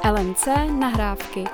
LMC nahrávky.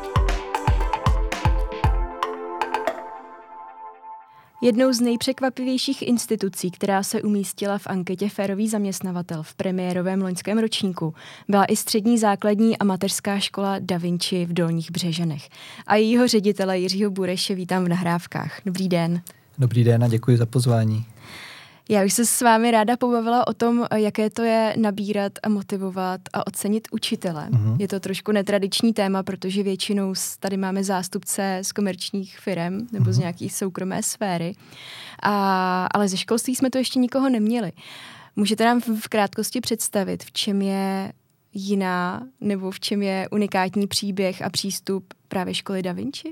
Jednou z nejpřekvapivějších institucí, která se umístila v anketě Férový zaměstnavatel v premiérovém loňském ročníku, byla i střední základní a mateřská škola Da Vinci v Dolních Břežanech. A jejího ředitele Jiřího Bureše vítám v nahrávkách. Dobrý den. Dobrý den a děkuji za pozvání. Já bych se s vámi ráda pobavila o tom, jaké to je nabírat a motivovat a ocenit učitele. Je to trošku netradiční téma, protože většinou tady máme zástupce z komerčních firem nebo z nějaké soukromé sféry, ale ze školství jsme to ještě nikoho neměli. Můžete nám v krátkosti představit, v čem je jiná nebo v čem je unikátní příběh a přístup právě školy Da Vinci?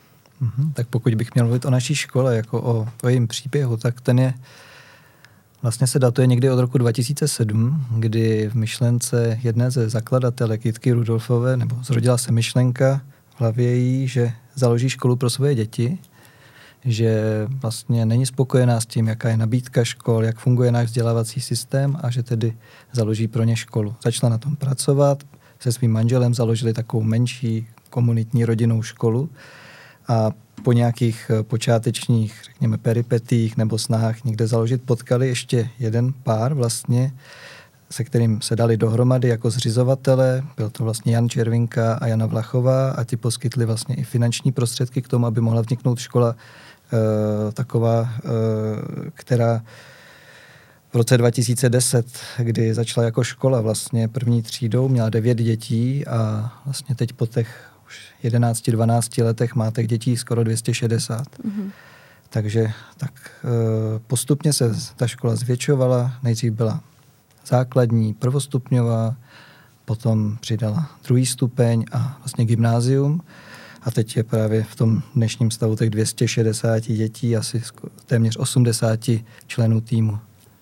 Tak pokud bych měl mluvit o naší škole, jako o jejím příběhu, tak ten je vlastně se datuje někdy od roku 2007, kdy v myšlence jedné ze zakladatelek Jitky Rudolfové, nebo zrodila se myšlenka v hlavě jí, že založí školu pro svoje děti, že vlastně není spokojená s tím, jaká je nabídka škol, jak funguje náš vzdělávací systém a že tedy založí pro ně školu. Začala na tom pracovat, se svým manželem založili takovou menší komunitní rodinnou školu a po nějakých počátečních, řekněme, peripetích nebo snahách někde založit potkali ještě jeden pár vlastně, se kterým se dali dohromady jako zřizovatele. Byl to vlastně Jan Červinka a Jana Vlachová a ti poskytli vlastně i finanční prostředky k tomu, aby mohla vzniknout škola taková, která v roce 2010, kdy začala jako škola vlastně první třídou, měla 9 dětí a vlastně teď po těch 11-12 letech má těch dětí skoro 260. Takže tak postupně se ta škola zvětšovala. Nejdřív byla základní, prvostupňová, potom přidala druhý stupeň a vlastně gymnázium. A teď je právě v tom dnešním stavu těch 260 dětí, asi téměř 80 členů týmu.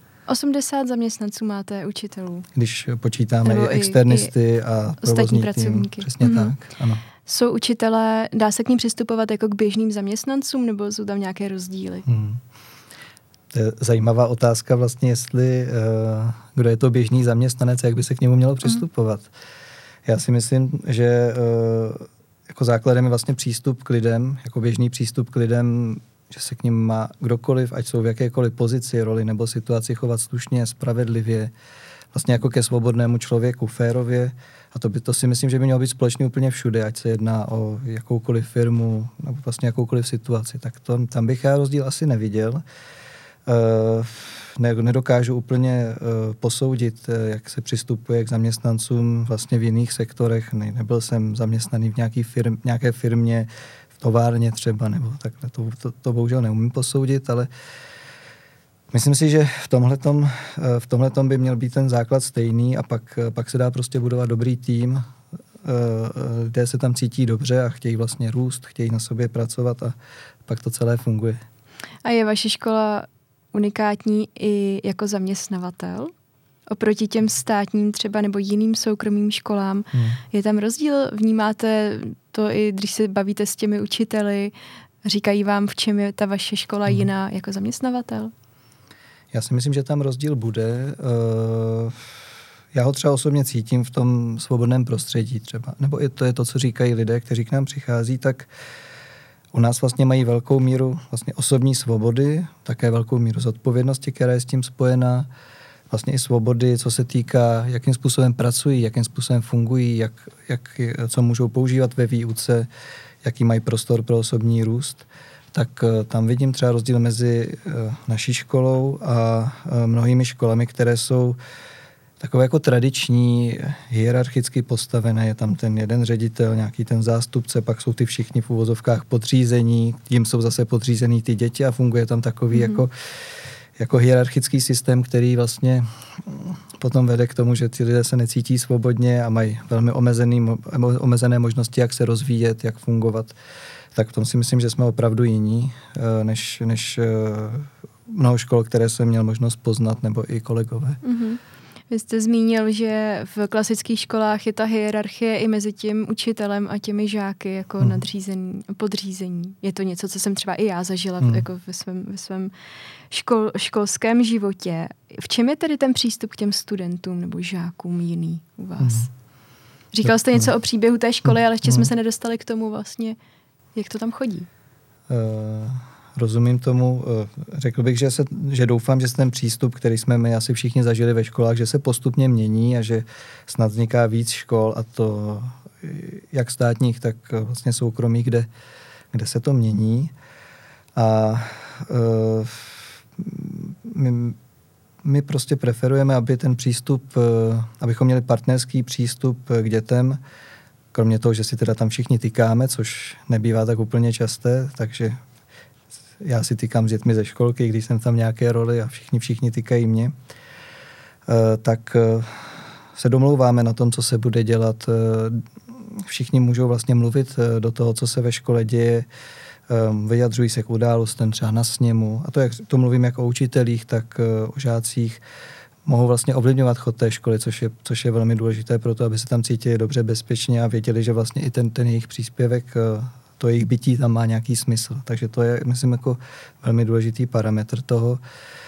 80 zaměstnanců máte učitelů. Když počítáme i externisty a provozní tým. Přesně tak, ano. Jsou učitelé, dá se k ním přistupovat jako k běžným zaměstnancům, nebo jsou tam nějaké rozdíly? To je zajímavá otázka vlastně, jestli kdo je to běžný zaměstnanec, jak by se k němu mělo přistupovat. Já si myslím, že jako základem je vlastně přístup k lidem, jako běžný přístup k lidem, že se k nim má kdokoliv, ať jsou v jakékoliv pozici, roli nebo situaci, chovat slušně, spravedlivě, vlastně jako ke svobodnému člověku, férově. A to si myslím, že by mělo být společně úplně všude, ať se jedná o jakoukoliv firmu nebo vlastně jakoukoliv situaci. Tak tam bych já rozdíl asi neviděl. Nedokážu úplně posoudit, jak se přistupuje k zaměstnancům vlastně v jiných sektorech. Nebyl jsem zaměstnaný v nějaké firmě, v továrně třeba, nebo takhle. To bohužel neumím posoudit, ale myslím si, že v tomhletom by měl být ten základ stejný a pak se dá prostě budovat dobrý tým, lidé se tam cítí dobře a chtějí vlastně růst, chtějí na sobě pracovat a pak to celé funguje. A je vaše škola unikátní i jako zaměstnavatel? Oproti těm státním třeba nebo jiným soukromým školám. Je tam rozdíl? Vnímáte to i když se bavíte s těmi učiteli? Říkají vám, v čem je ta vaše škola jiná jako zaměstnavatel? Já si myslím, že tam rozdíl bude. Já ho třeba osobně cítím v tom svobodném prostředí třeba. Nebo to je to, co říkají lidé, kteří k nám přichází, tak u nás vlastně mají velkou míru vlastně osobní svobody, také velkou míru zodpovědnosti, která je s tím spojená. Vlastně i svobody, co se týká, jakým způsobem pracují, jakým způsobem fungují, co můžou používat ve výuce, jaký mají prostor pro osobní růst. Tak tam vidím třeba rozdíl mezi naší školou a mnohými školami, které jsou takové jako tradiční, hierarchicky postavené. Je tam ten jeden ředitel, nějaký ten zástupce, pak jsou ty všichni v uvozovkách podřízení, tím jsou zase podřízený ty děti a funguje tam takový jako hierarchický systém, který vlastně potom vede k tomu, že ty lidé se necítí svobodně a mají velmi omezené možnosti, jak se rozvíjet, jak fungovat. Tak v tom si myslím, že jsme opravdu jiní, než mnoho škol, které jsem měl možnost poznat, nebo i kolegové. Vy jste zmínil, že v klasických školách je ta hierarchie i mezi tím učitelem a těmi žáky jako nadřízení, podřízení. Je to něco, co jsem třeba i já zažila jako ve svém školském životě. V čem je tedy ten přístup k těm studentům nebo žákům jiný u vás? Říkal jste něco o příběhu té školy, ale ještě jsme se nedostali k tomu vlastně, jak to tam chodí. Rozumím tomu. Řekl bych, že doufám, že ten přístup, který jsme my asi všichni zažili ve školách, že se postupně mění a že snad vzniká víc škol, a to jak státních, tak vlastně soukromých, kde se to mění. A my prostě preferujeme, aby ten přístup, abychom měli partnerský přístup k dětem, kromě toho, že si teda tam všichni tykáme, což nebývá tak úplně časté, takže já si tykám s dětmi ze školky, když jsem tam nějaké roli a všichni tykají mě, tak se domlouváme na tom, co se bude dělat. Všichni můžou vlastně mluvit do toho, co se ve škole děje, vyjadřují se k událostem třeba na sněmu. A to, jak to mluvím jak o učitelích, tak o žácích, mohou vlastně ovlivňovat chod té školy, což je velmi důležité pro to, aby se tam cítili dobře, bezpečně a věděli, že vlastně i ten jejich příspěvek, to jejich bytí tam má nějaký smysl. Takže to je, myslím, jako velmi důležitý parametr toho.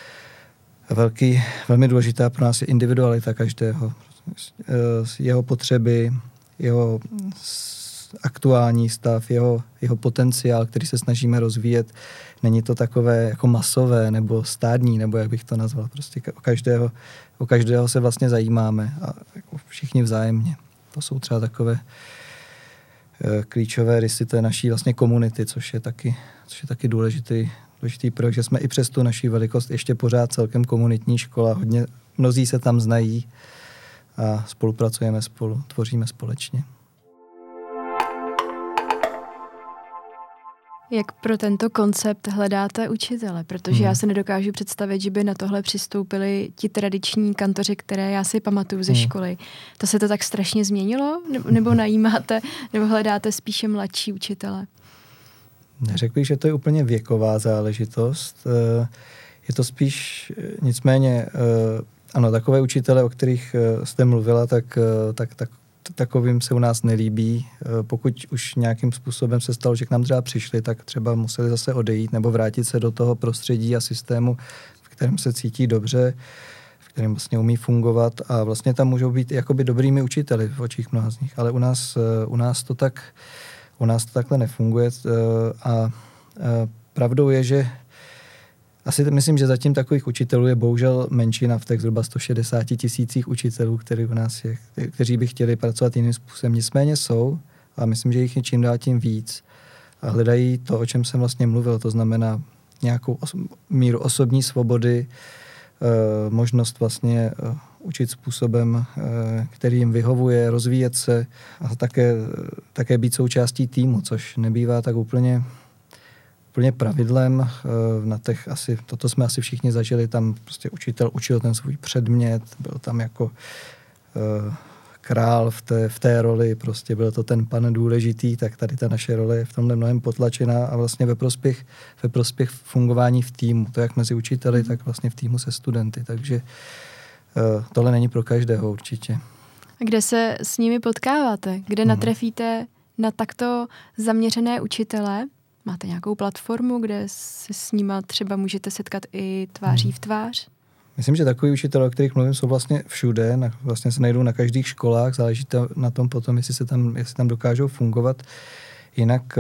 Velmi důležitá pro nás je individualita každého. Jeho potřeby, jeho aktuální stav, jeho potenciál, který se snažíme rozvíjet. Není to takové jako masové nebo stádní, nebo jak bych to nazval. Prostě o každého se vlastně zajímáme a jako všichni vzájemně. To jsou třeba takové klíčové rysy té naší vlastně komunity, což je taky důležitý projekt, že jsme i přes tu naši velikost ještě pořád celkem komunitní škola. Mnozí se tam znají a spolupracujeme spolu, tvoříme společně. Jak pro tento koncept hledáte učitele? Protože já se nedokážu představit, že by na tohle přistoupili ti tradiční kantoři, které já si pamatuju ze školy. To se to tak strašně změnilo? Nebo najímáte, nebo hledáte spíše mladší učitele? Neřekl bych, že to je úplně věková záležitost. Je to spíš, nicméně, ano, takové učitele, o kterých jste mluvila, tak takovým se u nás nelíbí. Pokud už nějakým způsobem se stalo, že k nám třeba přišli, tak třeba museli zase odejít nebo vrátit se do toho prostředí a systému, v kterém se cítí dobře, v kterém vlastně umí fungovat a vlastně tam můžou být jakoby dobrými učiteli v očích mnoha z nich. Ale u nás to takhle nefunguje a pravdou je, že asi myslím, že zatím takových učitelů je bohužel menšina v těch zhruba 160 000 učitelů, který u nás je, kteří by chtěli pracovat jiným způsobem. Nicméně jsou a myslím, že jich je čím dál tím víc. A hledají to, o čem jsem vlastně mluvil, to znamená nějakou míru osobní svobody, možnost vlastně učit způsobem, který jim vyhovuje, rozvíjet se a také být součástí týmu, což nebývá tak úplně pravidlem. Toto jsme asi všichni zažili, tam prostě učitel učil ten svůj předmět, byl tam jako král v té roli, prostě byl to ten pan důležitý, tak tady ta naše role je v tomhle mnohem potlačená a vlastně ve prospěch fungování v týmu, to jak mezi učiteli, tak vlastně v týmu se studenty, takže tohle není pro každého určitě. A kde se s nimi potkáváte? Kde natrefíte na takto zaměřené učitele? Máte nějakou platformu, kde se s nima třeba můžete setkat i tváří v tvář? Myslím, že takový učitelé, o kterých mluvím, jsou vlastně všude, vlastně se najdou na každých školách, záleží to na tom potom, jestli tam dokážou fungovat. Jinak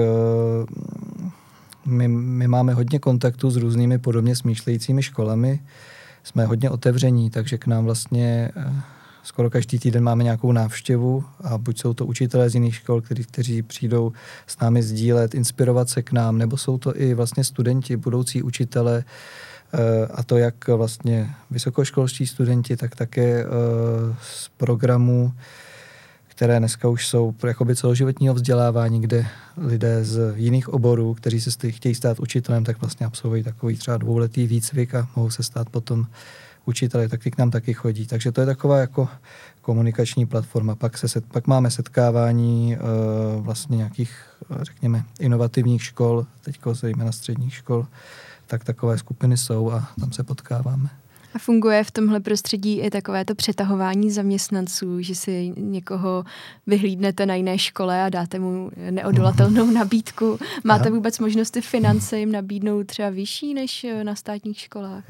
my máme hodně kontaktů s různými podobně smýšlejícími školami, jsme hodně otevření, takže k nám vlastně skoro každý týden máme nějakou návštěvu a buď jsou to učitelé z jiných škol, kteří přijdou s námi sdílet, inspirovat se k nám, nebo jsou to i vlastně studenti, budoucí učitele, a to jak vlastně vysokoškolští studenti, tak také z programů, které dneska už jsou jakoby celoživotního vzdělávání, kde lidé z jiných oborů, kteří se chtějí stát učitelem, tak vlastně absolvují takový třeba 2letý výcvik a mohou se stát potom učiteli, tak ty k nám taky chodí. Takže to je taková jako komunikační platforma. Pak máme setkávání vlastně nějakých, řekněme, inovativních škol, teďko zejména středních škol, tak takové skupiny jsou a tam se potkáváme. A funguje v tomhle prostředí i takové to přetahování zaměstnanců, že si někoho vyhlídnete na jiné škole a dáte mu neodolatelnou nabídku. Máte vůbec možnost ty finance jim nabídnout třeba vyšší než na státních školách?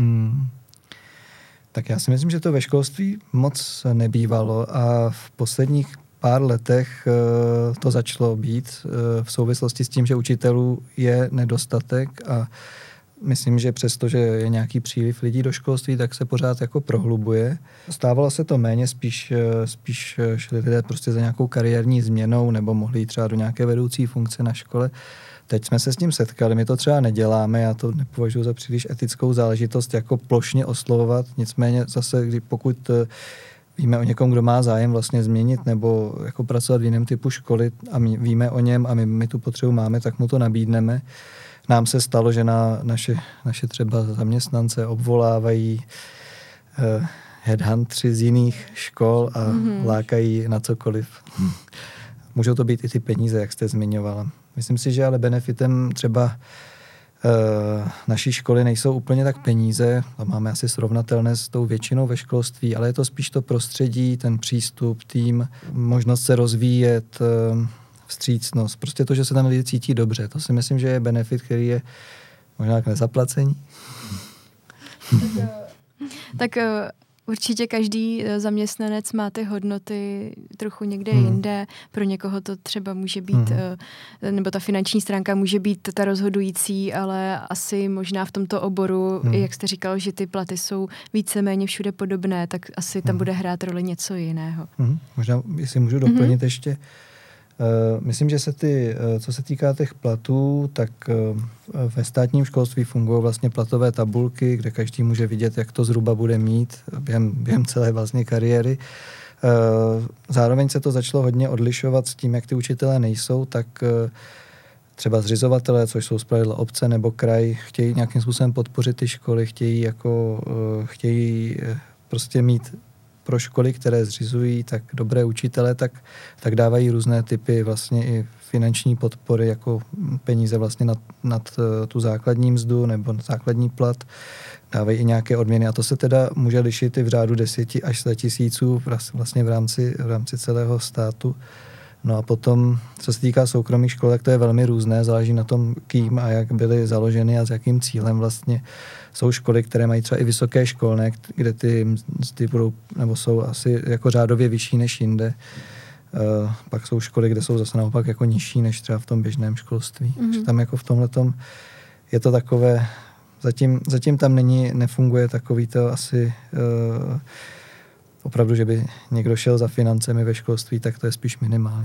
Tak já si myslím, že to ve školství moc nebývalo a v posledních pár letech to začalo být v souvislosti s tím, že učitelů je nedostatek a myslím, že přesto, že je nějaký příliv lidí do školství, tak se pořád jako prohlubuje. Stávalo se to méně, spíš šli lidé prostě za nějakou kariérní změnou nebo mohli jít třeba do nějaké vedoucí funkce na škole. Teď jsme se s tím setkali, my to třeba neděláme, já to nepovažuji za příliš etickou záležitost jako plošně oslovovat, nicméně zase, pokud víme o někom, kdo má zájem vlastně změnit nebo jako pracovat v jiném typu školy a víme o něm a my tu potřebu máme, tak mu to nabídneme. Nám se stalo, že naše třeba zaměstnance obvolávají headhuntři z jiných škol a lákají na cokoliv. Můžou to být i ty peníze, jak jste zmiňovala. Myslím si, že ale benefitem třeba naší školy nejsou úplně tak peníze, to máme asi srovnatelné s tou většinou ve školství, ale je to spíš to prostředí, ten přístup, tým, možnost se rozvíjet, vstřícnost. Prostě to, že se tam lidi cítí dobře. To si myslím, že je benefit, který je možná k nezaplacení. Tak určitě každý zaměstnanec má ty hodnoty trochu někde jinde. Pro někoho to třeba může být, nebo ta finanční stránka může být ta rozhodující, ale asi možná v tomto oboru, jak jste říkal, že ty platy jsou víceméně všude podobné, tak asi tam bude hrát roli něco jiného. Možná, jestli můžu doplnit ještě, myslím, že co se týká těch platů, tak ve státním školství fungují vlastně platové tabulky, kde každý může vidět, jak to zhruba bude mít během celé vlastně kariéry. Zároveň se to začalo hodně odlišovat s tím, jak ty učitelé nejsou, tak třeba zřizovatelé, což jsou zpravidla obce nebo kraj, chtějí nějakým způsobem podpořit ty školy, chtějí prostě mít pro školy, které zřizují tak dobré učitele, tak dávají různé typy vlastně i finanční podpory, jako peníze vlastně nad tu základní mzdu nebo základní plat. Dávají i nějaké odměny a to se teda může lišit i v řádu 10 až 100 tisíců vlastně v rámci celého státu. No a potom, co se týká soukromých škol, tak to je velmi různé, záleží na tom, kým a jak byly založeny a s jakým cílem vlastně. Jsou školy, které mají třeba i vysoké školné, kde ty mzdy budou, nebo jsou asi jako řádově vyšší než jinde. Pak jsou školy, kde jsou zase naopak jako nižší než třeba v tom běžném školství. Takže tam jako v tomhletom je to takové, zatím tam nefunguje takový to asi opravdu, že by někdo šel za financemi ve školství, tak to je spíš minimálně.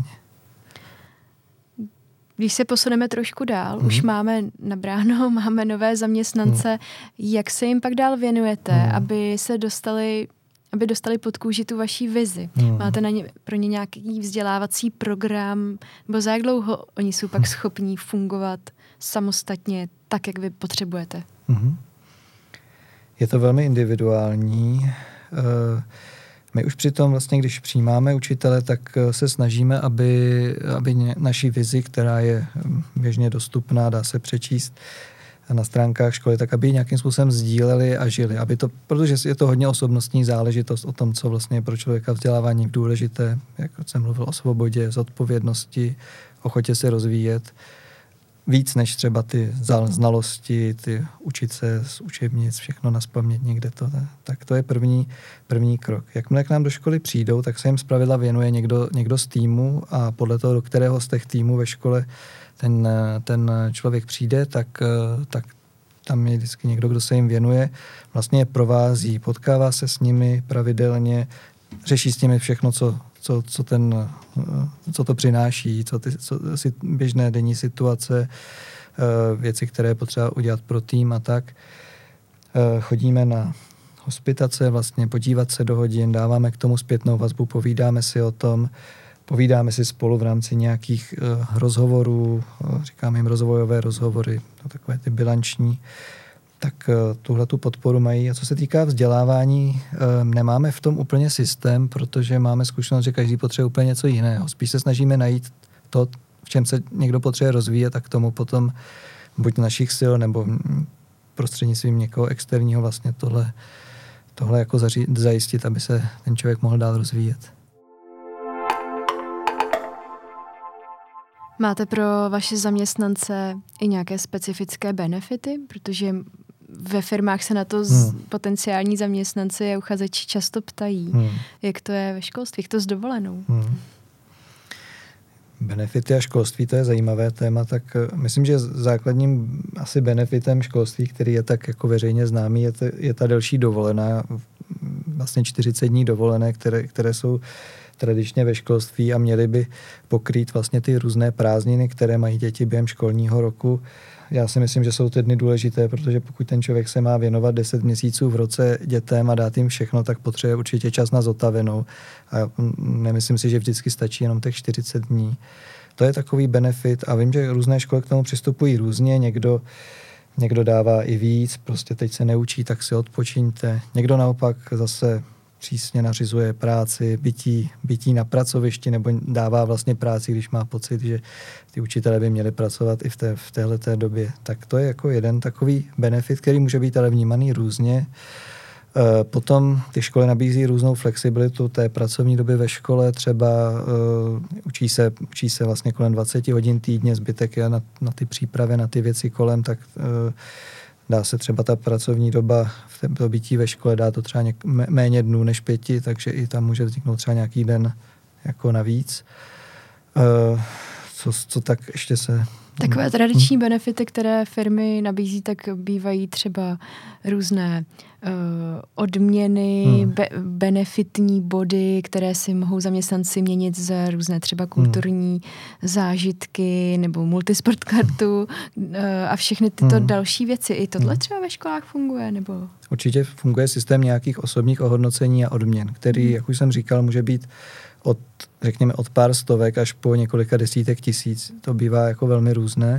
Když se posuneme trošku dál, už máme nabráno, máme nové zaměstnance, jak se jim pak dál věnujete, aby dostali pod kůži tu vaší vizi? Máte pro ně nějaký vzdělávací program, nebo za jak dlouho oni jsou pak schopní fungovat samostatně tak, jak vy potřebujete? Je to velmi individuální. My už přitom vlastně, když přijímáme učitele, tak se snažíme, aby naší vizi, která je běžně dostupná, dá se přečíst na stránkách školy, tak aby ji nějakým způsobem sdíleli a žili. Protože je to hodně osobnostní záležitost o tom, co vlastně je pro člověka vzdělávání důležité, jak jsem mluvil o svobodě, zodpovědnosti, ochotě se rozvíjet. Víc než třeba ty znalosti, ty učit se z učebnic, všechno nazpamět někde to. Tak to je první krok. Jakmile k nám do školy přijdou, tak se jim zpravidla věnuje někdo z týmu a podle toho, do kterého z těch týmů ve škole ten člověk přijde, tak tam je vždycky někdo, kdo se jim věnuje. Vlastně je provází, potkává se s nimi pravidelně, řeší s nimi všechno, co to přináší, co běžné denní situace, věci, které je potřeba udělat pro tým a tak. Chodíme na hospitace, vlastně podívat se do hodin, dáváme k tomu zpětnou vazbu, povídáme si o tom, povídáme si spolu v rámci nějakých rozhovorů, říkáme jim rozvojové rozhovory, takové ty bilanční, tak tuhle tu podporu mají. A co se týká vzdělávání, nemáme v tom úplně systém, protože máme zkušenost, že každý potřebuje úplně něco jiného. Spíš se snažíme najít to, v čem se někdo potřebuje rozvíjet a k tomu potom buď našich sil, nebo prostřednictvím někoho externího vlastně tohle jako zajistit, aby se ten člověk mohl dál rozvíjet. Máte pro vaše zaměstnance i nějaké specifické benefity? Protože ve firmách se na to potenciální zaměstnanci a uchazeči často ptají. Jak to je ve školství, jak to s dovolenou? Benefity a školství, to je zajímavé téma, tak myslím, že základním asi benefitem školství, který je tak jako veřejně známý, je ta delší dovolená, vlastně 40 dní dovolené, které jsou tradičně ve školství a měly by pokrýt vlastně ty různé prázdniny, které mají děti během školního roku. Já si myslím, že jsou ty dny důležité, protože pokud ten člověk se má věnovat 10 měsíců v roce dětem a dát jim všechno, tak potřebuje určitě čas na zotavenou. A nemyslím si, že vždycky stačí jenom těch 40 dní. To je takový benefit a vím, že různé školy k tomu přistupují různě. Někdo dává i víc, prostě teď se neučí, tak si odpočiňte. Někdo naopak zase přísně nařizuje práci, bytí na pracovišti nebo dává vlastně práci, když má pocit, že ty učitelé by měli pracovat i v téhleté době. Tak to je jako jeden takový benefit, který může být ale vnímaný různě. Potom ty školy nabízí různou flexibilitu té pracovní doby ve škole, třeba učí se vlastně kolem 20 hodin týdně, zbytek je na ty přípravy, na ty věci kolem, tak dá se třeba ta pracovní doba v tom bytí ve škole, dá to třeba méně dnů než 5, takže i tam může vzniknout třeba nějaký den jako navíc. Co tak ještě se... Takové tradiční benefity, které firmy nabízí, tak bývají třeba různé odměny, benefitní body, které si mohou zaměstnanci měnit za různé třeba kulturní zážitky nebo multisport kartu a všechny tyto další věci. I tohle třeba ve školách funguje? Nebo? Určitě funguje systém nějakých osobních ohodnocení a odměn, který, jak už jsem říkal, může být od pár stovek až po několika desítek tisíc. To bývá jako velmi různé.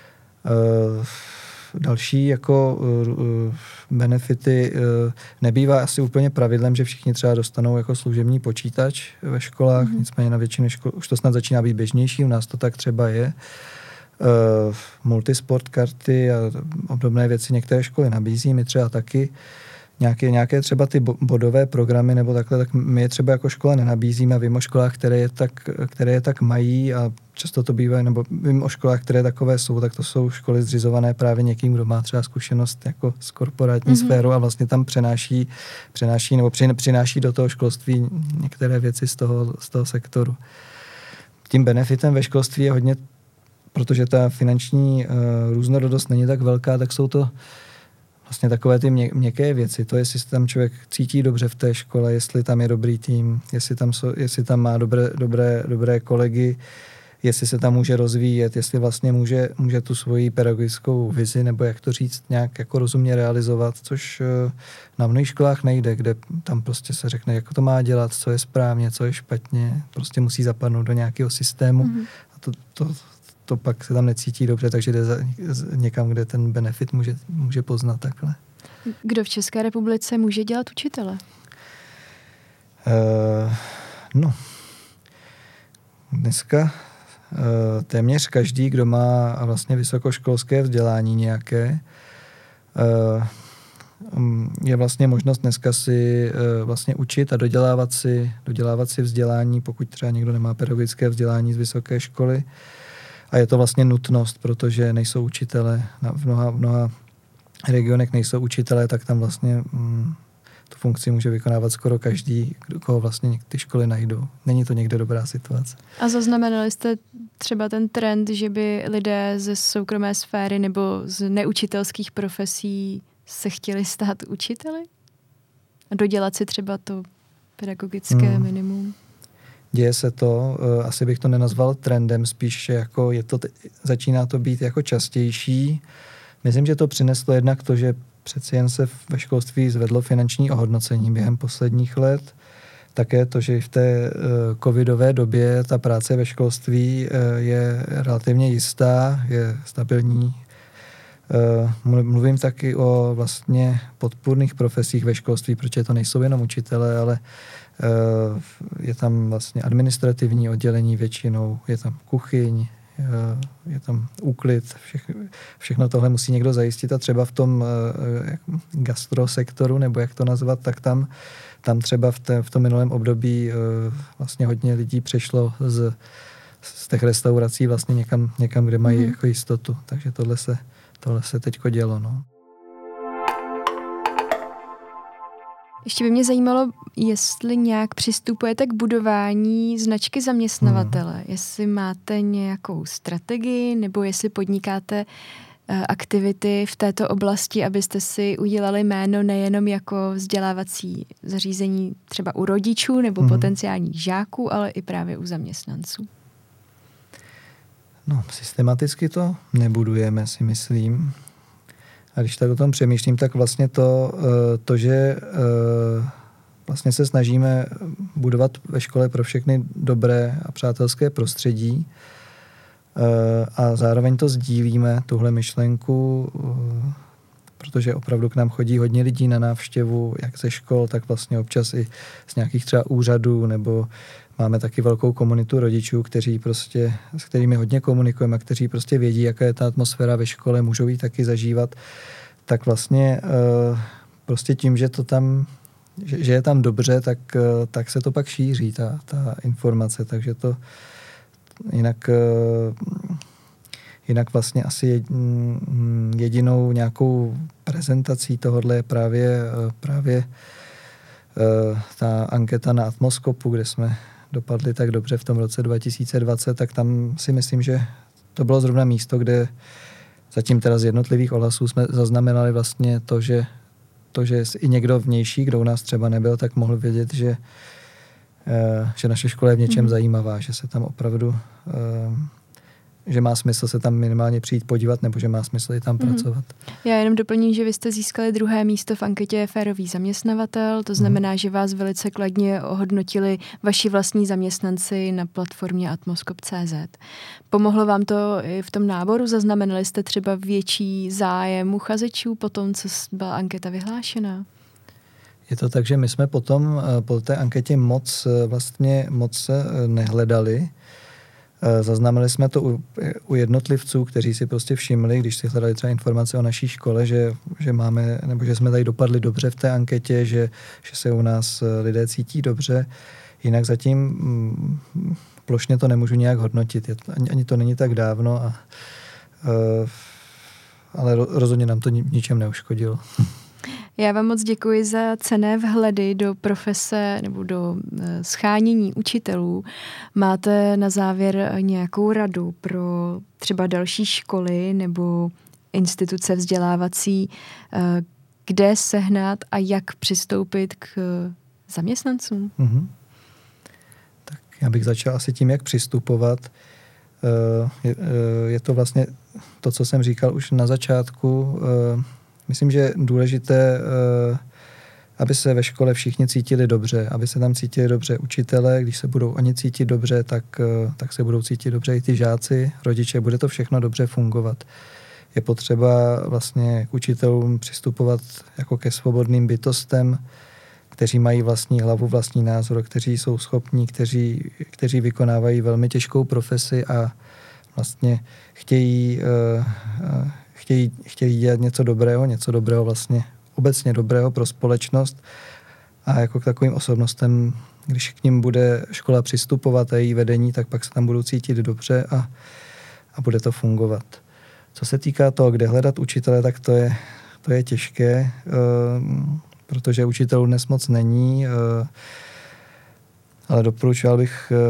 Další jako benefity nebývá asi úplně pravidlem, že všichni třeba dostanou jako služební počítač ve školách, nicméně na většině škol už to snad začíná být běžnější, u nás to tak třeba je. Multisport karty a obdobné věci některé školy nabízí, my třeba taky. Nějaké třeba ty bodové programy nebo takhle, tak my je třeba jako škola nenabízíme a vím o školách, které je tak mají a často to bývá, nebo vím o školách, které takové jsou, tak to jsou školy zřizované právě někým, kdo má třeba zkušenost jako s korporátní sférou a vlastně tam přináší do toho školství některé věci z toho sektoru. Tím benefitem ve školství je hodně, protože ta finanční různorodost není tak velká, tak jsou to vlastně takové ty měkké věci. To, jestli se tam člověk cítí dobře v té škole, jestli tam je dobrý tým, jestli tam má dobré kolegy, jestli se tam může rozvíjet, jestli vlastně může tu svoji pedagogickou vizi, nebo jak to říct, nějak jako rozumně realizovat, což na mnohých školách nejde, kde tam prostě se řekne, jak to má dělat, co je správně, co je špatně, prostě musí zapadnout do nějakého systému a to pak se tam necítí dobře, takže jde někam, kde ten benefit může poznat takhle. Kdo v České republice může dělat učitele? Dneska téměř každý, kdo má vlastně vysokoškolské vzdělání nějaké, je vlastně možnost dneska si vlastně učit a dodělávat si vzdělání, pokud třeba někdo nemá pedagogické vzdělání z vysoké školy. A je to vlastně nutnost, protože nejsou učitelé, v mnoha regionech nejsou učitelé, tak tam vlastně tu funkci může vykonávat skoro každý, koho vlastně ty školy najdou. Není to někde dobrá situace. A zaznamenali jste třeba ten trend, že by lidé ze soukromé sféry nebo z neučitelských profesí se chtěli stát učiteli? A dodělat si třeba to pedagogické minimum? Děje se to, asi bych to nenazval trendem, spíš jako začíná to být jako častější. Myslím, že to přineslo jednak to, že přeci jen se ve školství zvedlo finanční ohodnocení během posledních let. Také to, že v té covidové době ta práce ve školství je relativně jistá, je stabilní. Mluvím taky o vlastně podpůrných profesích ve školství, protože to nejsou jenom učitelé, ale je tam vlastně administrativní oddělení většinou, je tam kuchyň, je tam úklid, všechno tohle musí někdo zajistit a třeba v tom gastrosektoru, nebo jak to nazvat, tak tam třeba v tom minulém období vlastně hodně lidí přešlo z těch restaurací vlastně někam, kde mají jako jistotu. Takže tohle se teďko dělo, no. Ještě by mě zajímalo, jestli nějak přistupujete k budování značky zaměstnavatele, jestli máte nějakou strategii, nebo jestli podnikáte aktivity v této oblasti, abyste si udělali jméno nejenom jako vzdělávací zařízení třeba u rodičů nebo potenciálních žáků, ale i právě u zaměstnanců. No, systematicky to nebudujeme, si myslím. A když tak o tom přemýšlím, tak vlastně to že vlastně se snažíme budovat ve škole pro všechny dobré a přátelské prostředí a zároveň to sdílíme, tuhle myšlenku, protože opravdu k nám chodí hodně lidí na návštěvu, jak ze škol, tak vlastně občas i z nějakých třeba úřadů, nebo máme taky velkou komunitu rodičů, s kterými hodně komunikujeme a kteří prostě vědí, jaká je ta atmosféra ve škole, můžou ji taky zažívat. Tak vlastně prostě tím, že že je tam dobře, tak se to pak šíří, ta informace. Takže to jinak vlastně asi jedinou nějakou prezentací tohohle je právě ta anketa na Atmoskopu, kde jsme dopadli tak dobře v tom roce 2020, tak tam si myslím, že to bylo zrovna místo, kde zatím teda z jednotlivých ohlasů jsme zaznamenali vlastně to, že i někdo vnější, kdo u nás třeba nebyl, tak mohl vědět, že naše škola je v něčem zajímavá, že se tam opravdu, že má smysl se tam minimálně přijít podívat, nebo že má smysl i tam pracovat. Já jenom doplním, že vy jste získali 2. místo v anketě Férový zaměstnavatel, to znamená, že vás velice kladně ohodnotili vaši vlastní zaměstnanci na platformě atmoskop.cz. Pomohlo vám to i v tom náboru? Zaznamenali jste třeba větší zájem uchazečů po tom, co byla anketa vyhlášena? Je to tak, že my jsme potom po té anketě moc nehledali. Zaznamenali jsme to u jednotlivců, kteří si prostě všimli, když si hledali třeba informace o naší škole, že máme, nebo že jsme tady dopadli dobře v té anketě, že se u nás lidé cítí dobře. Jinak zatím plošně to nemůžu nějak hodnotit. Ani to není tak dávno, ale rozhodně nám to ničem neuškodilo. Já vám moc děkuji za cenné vhledy do profese nebo do schánění učitelů. Máte na závěr nějakou radu pro třeba další školy nebo instituce vzdělávací, kde sehnat a jak přistoupit k zaměstnancům? Tak já bych začal asi tím, jak přistupovat. Je to vlastně to, co jsem říkal už na začátku. Myslím, že je důležité, aby se ve škole všichni cítili dobře, aby se tam cítili dobře učitelé, když se budou oni cítit dobře, tak se budou cítit dobře i ty žáci, rodiče, bude to všechno dobře fungovat. Je potřeba vlastně k učitelům přistupovat jako ke svobodným bytostem, kteří mají vlastní hlavu, vlastní názor, kteří jsou schopní, kteří vykonávají velmi těžkou profesi a vlastně chtějí dělat něco dobrého vlastně obecně dobrého pro společnost a jako k takovým osobnostem, když k nim bude škola přistupovat a její vedení, tak pak se tam budou cítit dobře a bude to fungovat. Co se týká toho, kde hledat učitele, tak to je těžké, protože učitelů dnes moc není, ale doporučoval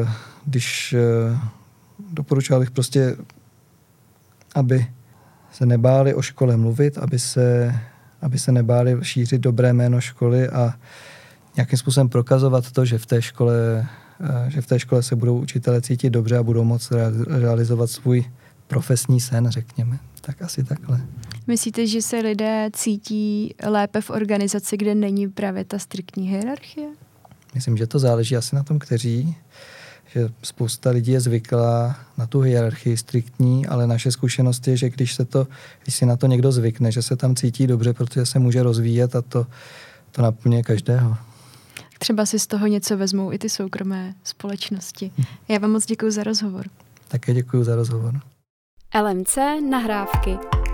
bych prostě, aby se nebáli o škole mluvit, aby se nebáli šířit dobré jméno školy a nějakým způsobem prokazovat to, že v té škole se budou učitelé cítit dobře a budou moct realizovat svůj profesní sen, řekněme. Tak asi takhle. Myslíte, že se lidé cítí lépe v organizaci, kde není právě ta striktní hierarchie? Myslím, že to záleží asi na tom, kteří. Že spousta lidí je zvyklá na tu hierarchii striktní, ale naše zkušenost je, že když si na to někdo zvykne, že se tam cítí dobře, protože se může rozvíjet a to naplňuje každého. Třeba si z toho něco vezmou i ty soukromé společnosti. Já vám moc děkuji za rozhovor. Také děkuji za rozhovor. LMC nahrávky.